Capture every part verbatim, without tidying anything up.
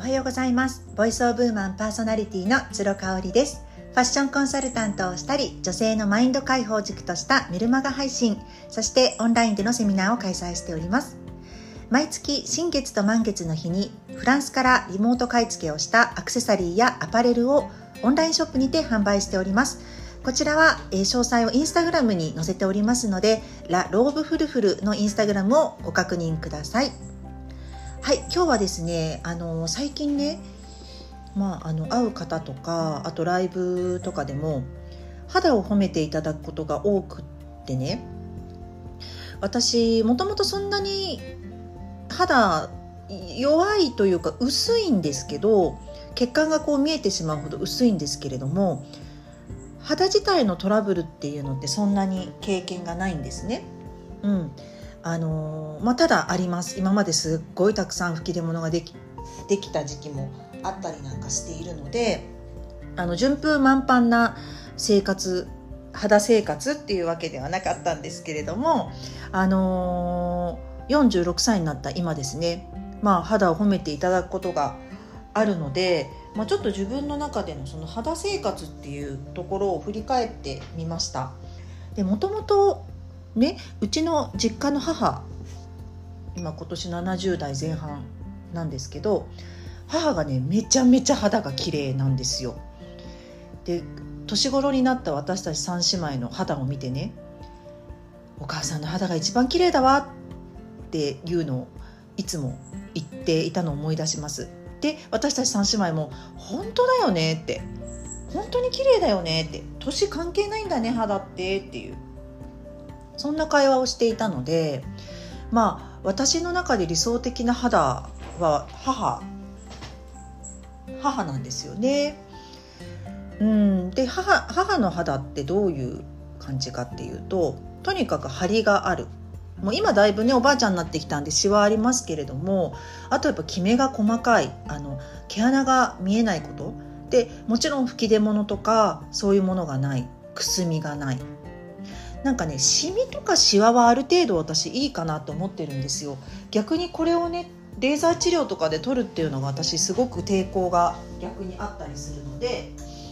はようございます。ボイスオブウーマンパーソナリティのつろかおりです。ファッションコンサルタントをしたり、女性のマインド解放軸としたメルマガ配信、そしてオンラインでのセミナーを開催しております。毎月新月と満月の日にフランスからリモート買い付けをしたアクセサリーやアパレルをオンラインショップにて販売しております。こちらは、えー、詳細をインスタグラムに載せておりますので、ラ・ローブフルフルのインスタグラムをご確認ください。はい、今日はですね、あの最近ね、まあ、あの会う方とか、あとライブとかでも肌を褒めていただくことが多くってね、私もともとそんなに肌弱いというか薄いんですけど、血管がこう見えてしまうほど薄いんですけれども、肌自体のトラブルっていうのってそんなに経験がないんですね。うんあのーまあ、ただあります。今まですっごいたくさん吹き出物ができ、できた時期もあったりなんかしているので、あの順風満帆な生活、肌生活っていうわけではなかったんですけれども、あのー、よんじゅうろくさいになった今ですね、まあ、肌を褒めていただくことがあるので、まあ、ちょっと自分の中でのその肌生活っていうところを振り返ってみました。で、もともとね、うちの実家の母、今今年ななじゅうだいぜん半なんですけど、母がねめちゃめちゃ肌が綺麗なんですよ。で、年頃になった私たち三姉妹の肌を見てね、お母さんの肌が一番綺麗だわっていうのをいつも言っていたのを思い出します。で、私たち三姉妹も本当だよねって、本当に綺麗だよねって、年関係ないんだね肌ってっていう、そんな会話をしていたので、まあ私の中で理想的な肌は母母なんですよね。うんで 母, 母の肌ってどういう感じかっていうと、とにかく張りがある。もう今だいぶねおばあちゃんになってきたんでシワありますけれども、あとやっぱキメが細かい、あの毛穴が見えないことで、もちろん吹き出物とかそういうものがない、くすみがない、なんかねシミとかシワはある程度私いいかなと思ってるんですよ。逆にこれをねレーザー治療とかで取るっていうのが私すごく抵抗が逆にあったりするので、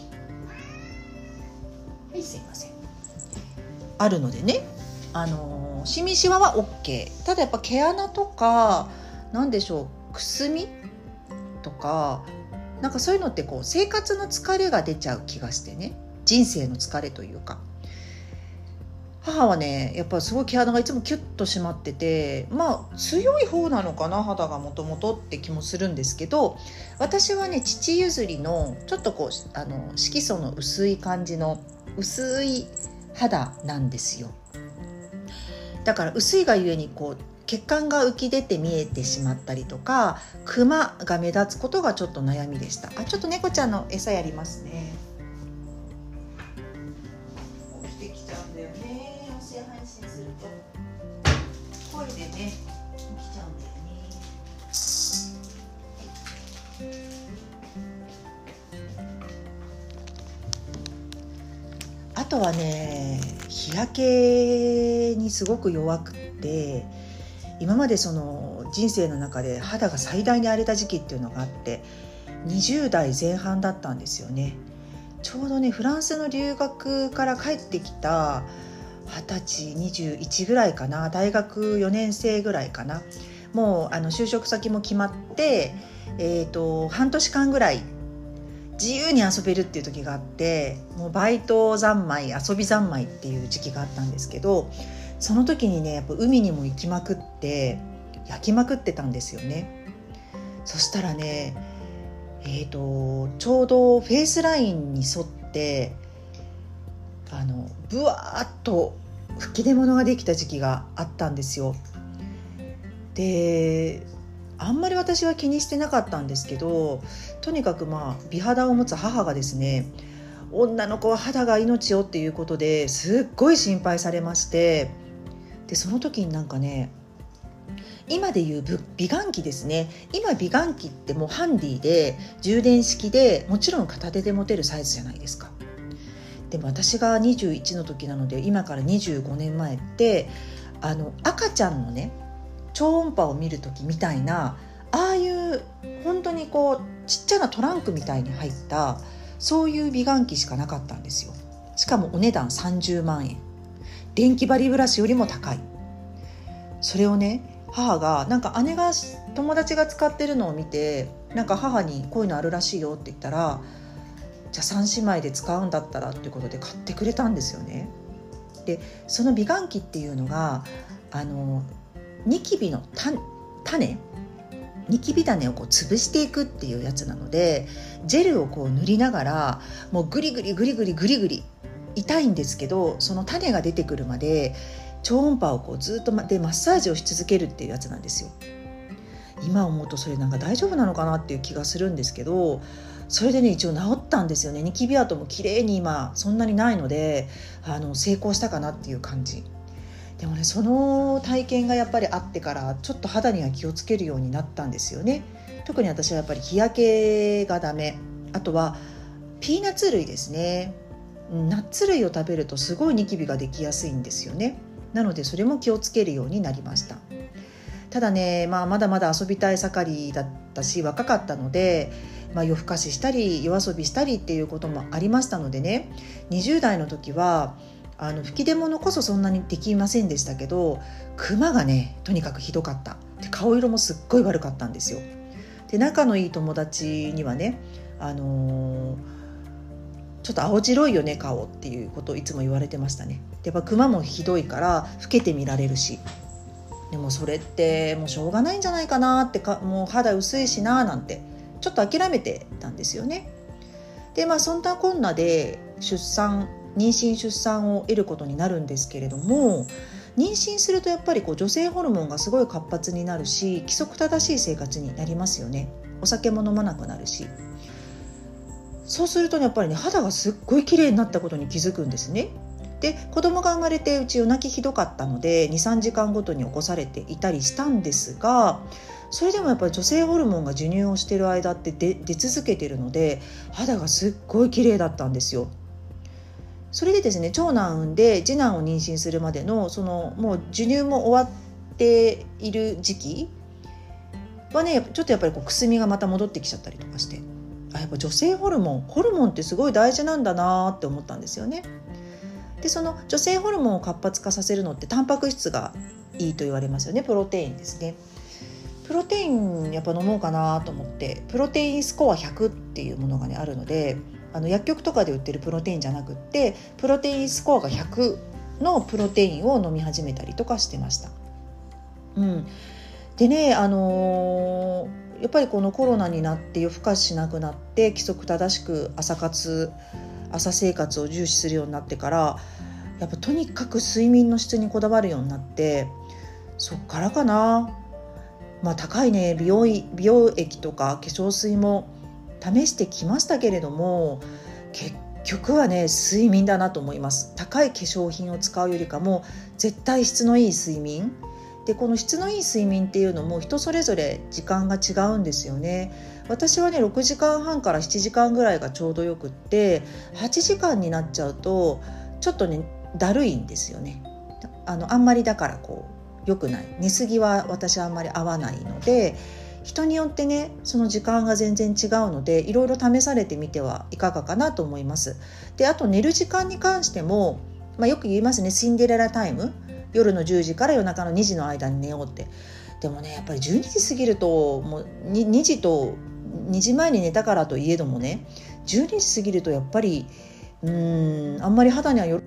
はいすいません、あるのでね、あのー、シミシワは OK。 ただやっぱ毛穴とかなんでしょう、くすみとかなんかそういうのってこう生活の疲れが出ちゃう気がしてね、人生の疲れというか、母はねやっぱりすごい毛穴がいつもキュッと締まってて、まあ強い方なのかな肌がもともとって気もするんですけど、私はね父譲りのちょっとこうあの色素の薄い感じの薄い肌なんですよ。だから薄いがゆえにこう血管が浮き出て見えてしまったりとか、クマが目立つことがちょっと悩みでした。あ、ちょっと猫ちゃんの餌やりますね。起きてきちゃうんだよね、音声配信すると声でね起きちゃうんだよね。あとはね、日焼けにすごく弱くって、今までその人生の中で肌が最大に荒れた時期っていうのがあって、にじゅうだいぜん半だったんですよね。ちょうどねフランスの留学から帰ってきたはたちにじゅういちぐらいかな、大学よねん生ぐらいかな、もうあの就職先も決まって、えーと、半年間ぐらい自由に遊べるっていう時があって、もうバイト三昧遊び三昧っていう時期があったんですけど、その時にねやっぱ海にも行きまくって焼きまくってたんですよね。そしたらねえーとちょうどフェイスラインに沿ってあのブワーッと吹き出物ができた時期があったんですよ。であんまり私は気にしてなかったんですけど、とにかくまあ美肌を持つ母がですね、女の子は肌が命よっていうことですっごい心配されまして、でその時になんかね、今でいう美顔器ですね。今美顔器ってもうハンディで充電式で、もちろん片手で持てるサイズじゃないですか。でも私がにじゅういちの時なので、今からにじゅうごねんまえってあの赤ちゃんのね超音波を見る時みたいな、ああいういう本当にこうちっちゃなトランクみたいに入ったそういう美顔器しかなかったんですよ。しかもお値段さんじゅうまんえん、電気バリブラシよりも高い。それをね、母がなんか姉が友達が使ってるのを見て、なんか母にこういうのあるらしいよって言ったら、じゃあさん姉妹で使うんだったらということで買ってくれたんですよね。でその美顔器っていうのがあのニキビの種ニキビ種をこう潰していくっていうやつなので、ジェルをこう塗りながらもうグリグリグリグリグリグリ痛いんですけど、その種が出てくるまで超音波をこうずっとでマッサージをし続けるっていうやつなんですよ。今思うとそれなんか大丈夫なのかなっていう気がするんですけど、それでね一応治ったんですよね。ニキビ跡も綺麗に今そんなにないので、あの成功したかなっていう感じ。でもね、その体験がやっぱりあってからちょっと肌には気をつけるようになったんですよね。特に私はやっぱり日焼けがダメ、あとはピーナッツ類ですね。ナッツ類を食べるとすごいニキビができやすいんですよね。なのでそれも気をつけるようになりました。ただね、まあ、まだまだ遊びたい盛りだったし若かったので、まあ、夜更かししたり夜遊びしたりっていうこともありましたのでね、にじゅう代の時はあの吹き出物こそそんなにできませんでしたけど、クマがねとにかくひどかった。で顔色もすっごい悪かったんですよ。で仲のいい友達にはね、あのー、ちょっと青白いよね顔っていうことをいつも言われてましたね。でやっぱクマもひどいから老けて見られるし、でもそれってもうしょうがないんじゃないかなってか、もう肌薄いしななんてちょっと諦めてたんですよね。でまあそんなこんなで出産妊娠出産を得ることになるんですけれども、妊娠するとやっぱりこう女性ホルモンがすごい活発になるし、規則正しい生活になりますよね。お酒も飲まなくなるし、そうすると、ね、やっぱりね肌がすっごい綺麗になったことに気づくんですね。で子供が生まれてうち夜泣きひどかったので にさんじかんごとに起こされていたりしたんですが、それでもやっぱり女性ホルモンが授乳をしている間って出続けているので肌がすっごい綺麗だったんですよ。それでですね、長男産んで次男を妊娠するまでのそのもう授乳も終わっている時期はね、ちょっとやっぱりこうくすみがまた戻ってきちゃったりとかして、あやっぱ女性ホルモンホルモンってすごい大事なんだなって思ったんですよね。でその女性ホルモンを活発化させるのってタンパク質がいいと言われますよね。プロテインですね。プロテインやっぱ飲もうかなと思って、プロテインスコアひゃくっていうものがねあるので、あの薬局とかで売ってるプロテインじゃなくって、プロテインスコアがひゃくのプロテインを飲み始めたりとかしてました。うん、でね、あのー、やっぱりこのコロナになって夜更かししなくなって規則正しく朝活朝生活を重視するようになってから、やっぱとにかく睡眠の質にこだわるようになって、そっからかな。まあ高いね美容美容液とか化粧水も試してきましたけれども、結局はね睡眠だなと思います。高い化粧品を使うよりかも絶対質のいい睡眠で、この質のいい睡眠っていうのも人それぞれ時間が違うんですよね。私はねろくじかんはんからしちじかんぐらいがちょうどよくって、はちじかんになっちゃうとちょっとねだるいんですよね。あのあんまりだからこう良くない、寝すぎは私はあんまり合わないので、人によってねその時間が全然違うので、いろいろ試されてみてはいかがかなと思います。であと寝る時間に関しても、まあ、よく言いますね、シンデレラタイム、夜のじゅうじから夜中のにじの間に寝ようって。でもねやっぱりじゅうにじ過ぎるともう 2, 2時とにじまえに寝たからといえどもね、じゅうにじ過ぎるとやっぱりうーんあんまり肌にはよ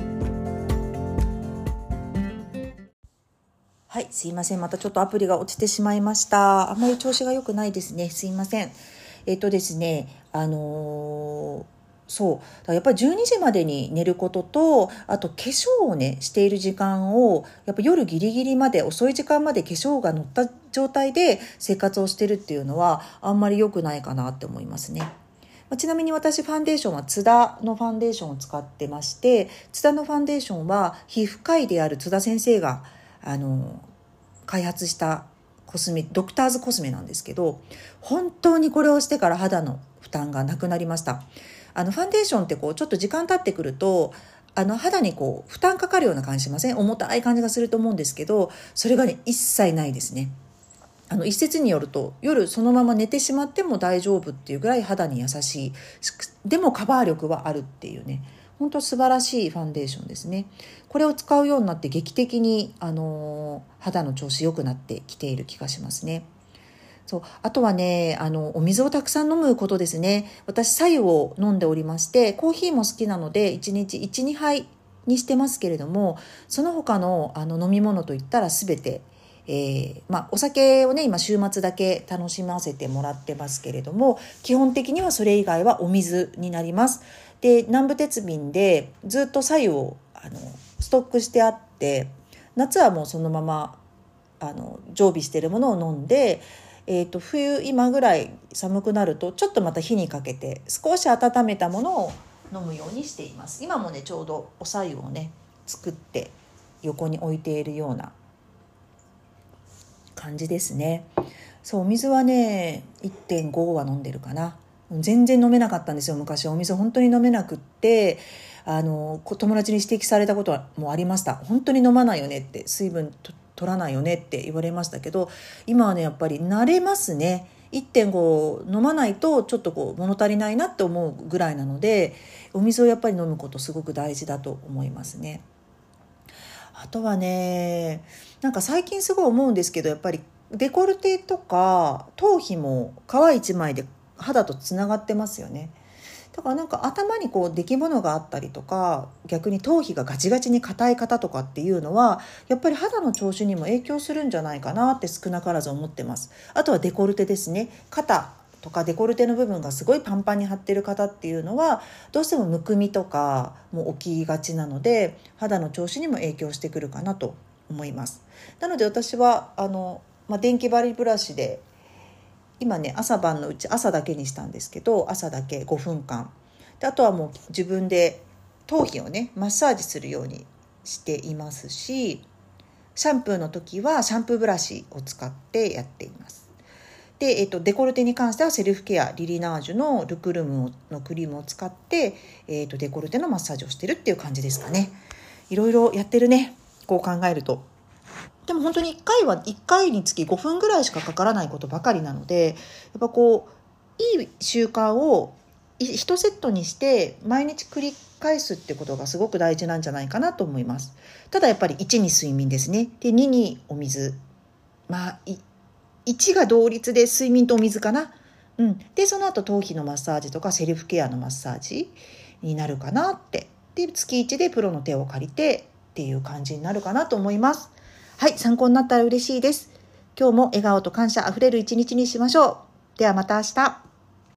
はい、すいません。またちょっとアプリが落ちてしまいました。あんまり調子が良くないですね。すいません。えっとですね、あのー、そうやっぱりじゅうにじまでに寝ることと、あと化粧をねしている時間をやっぱ夜ギリギリまで遅い時間まで化粧が乗った状態で生活をしてるっていうのはあんまり良くないかなって思いますね。ちなみに私ファンデーションは津田のファンデーションを使ってまして、津田のファンデーションは皮膚科医である津田先生があの開発したコスメドクターズコスメなんですけど、本当にこれをしてから肌の負担がなくなりました。あのファンデーションってこうちょっと時間経ってくるとあの肌にこう負担かかるような感じしません？重たい感じがすると思うんですけど、それがね一切ないですね。 あの一説によると夜そのまま寝てしまっても大丈夫っていうぐらい肌に優しい、でもカバー力はあるっていうね、本当素晴らしいファンデーションですね。これを使うようになって劇的に、あのー、肌の調子良くなってきている気がしますね。そう、あとはね、あのお水をたくさん飲むことですね。私白湯を飲んでおりまして、コーヒーも好きなのでいちにちいち、にはいにしてますけれども、その他の、あの飲み物といったら全てえーまあ、お酒をね今週末だけ楽しませてもらってますけれども、基本的にはそれ以外はお水になります。で、南部鉄瓶でずっと白湯をあのストックしてあって、夏はもうそのままあの常備しているものを飲んで、えーと、冬今ぐらい寒くなるとちょっとまた火にかけて少し温めたものを飲むようにしています。今もねちょうどお白湯をね作って横に置いているような感じですね。そう、お水はね いってんご は飲んでるかな。全然飲めなかったんですよ。昔お水本当に飲めなくって、あの友達に指摘されたこともありました。本当に飲まないよねって、水分と取らないよねって言われましたけど、今はねやっぱり慣れますね。 いってんご 飲まないとちょっとこう物足りないなって思うぐらいなので、お水をやっぱり飲むことすごく大事だと思いますね。あとはね、なんか最近すごい思うんですけど、やっぱりデコルテとか頭皮も皮一枚で肌とつながってますよね。だからなんか頭にこう出来物があったりとか、逆に頭皮がガチガチに硬い方とかっていうのはやっぱり肌の調子にも影響するんじゃないかなって少なからず思ってます。あとはデコルテですね。肩とかデコルテの部分がすごいパンパンに張ってる方っていうのはどうしてもむくみとかも起きがちなので、肌の調子にも影響してくるかなと思います。なので私はあの、まあ、電気針ブラシで今ね朝晩のうち朝だけにしたんですけど、朝だけごふんかんで、あとはもう自分で頭皮をねマッサージするようにしていますし、シャンプーの時はシャンプーブラシを使ってやっています。で、えっと、デコルテに関してはセルフケアリリナージュのルクルムのクリームを使って、えっと、デコルテのマッサージをしてるっていう感じですかね。いろいろやってるね、こう考えると。でも本当にいっかいはいっかいにつきごふんぐらいしかかからないことばかりなので、やっぱこういい習慣をいちセットにして毎日繰り返すってことがすごく大事なんじゃないかなと思います。ただやっぱりいちに睡眠ですね。でににお水、まあいいちが同率で睡眠とお水かな、うん、でその後頭皮のマッサージとかセルフケアのマッサージになるかなって、で月いちでプロの手を借りてっていう感じになるかなと思います。はい、参考になったら嬉しいです。今日も笑顔と感謝あふれる一日にしましょう。ではまた明日。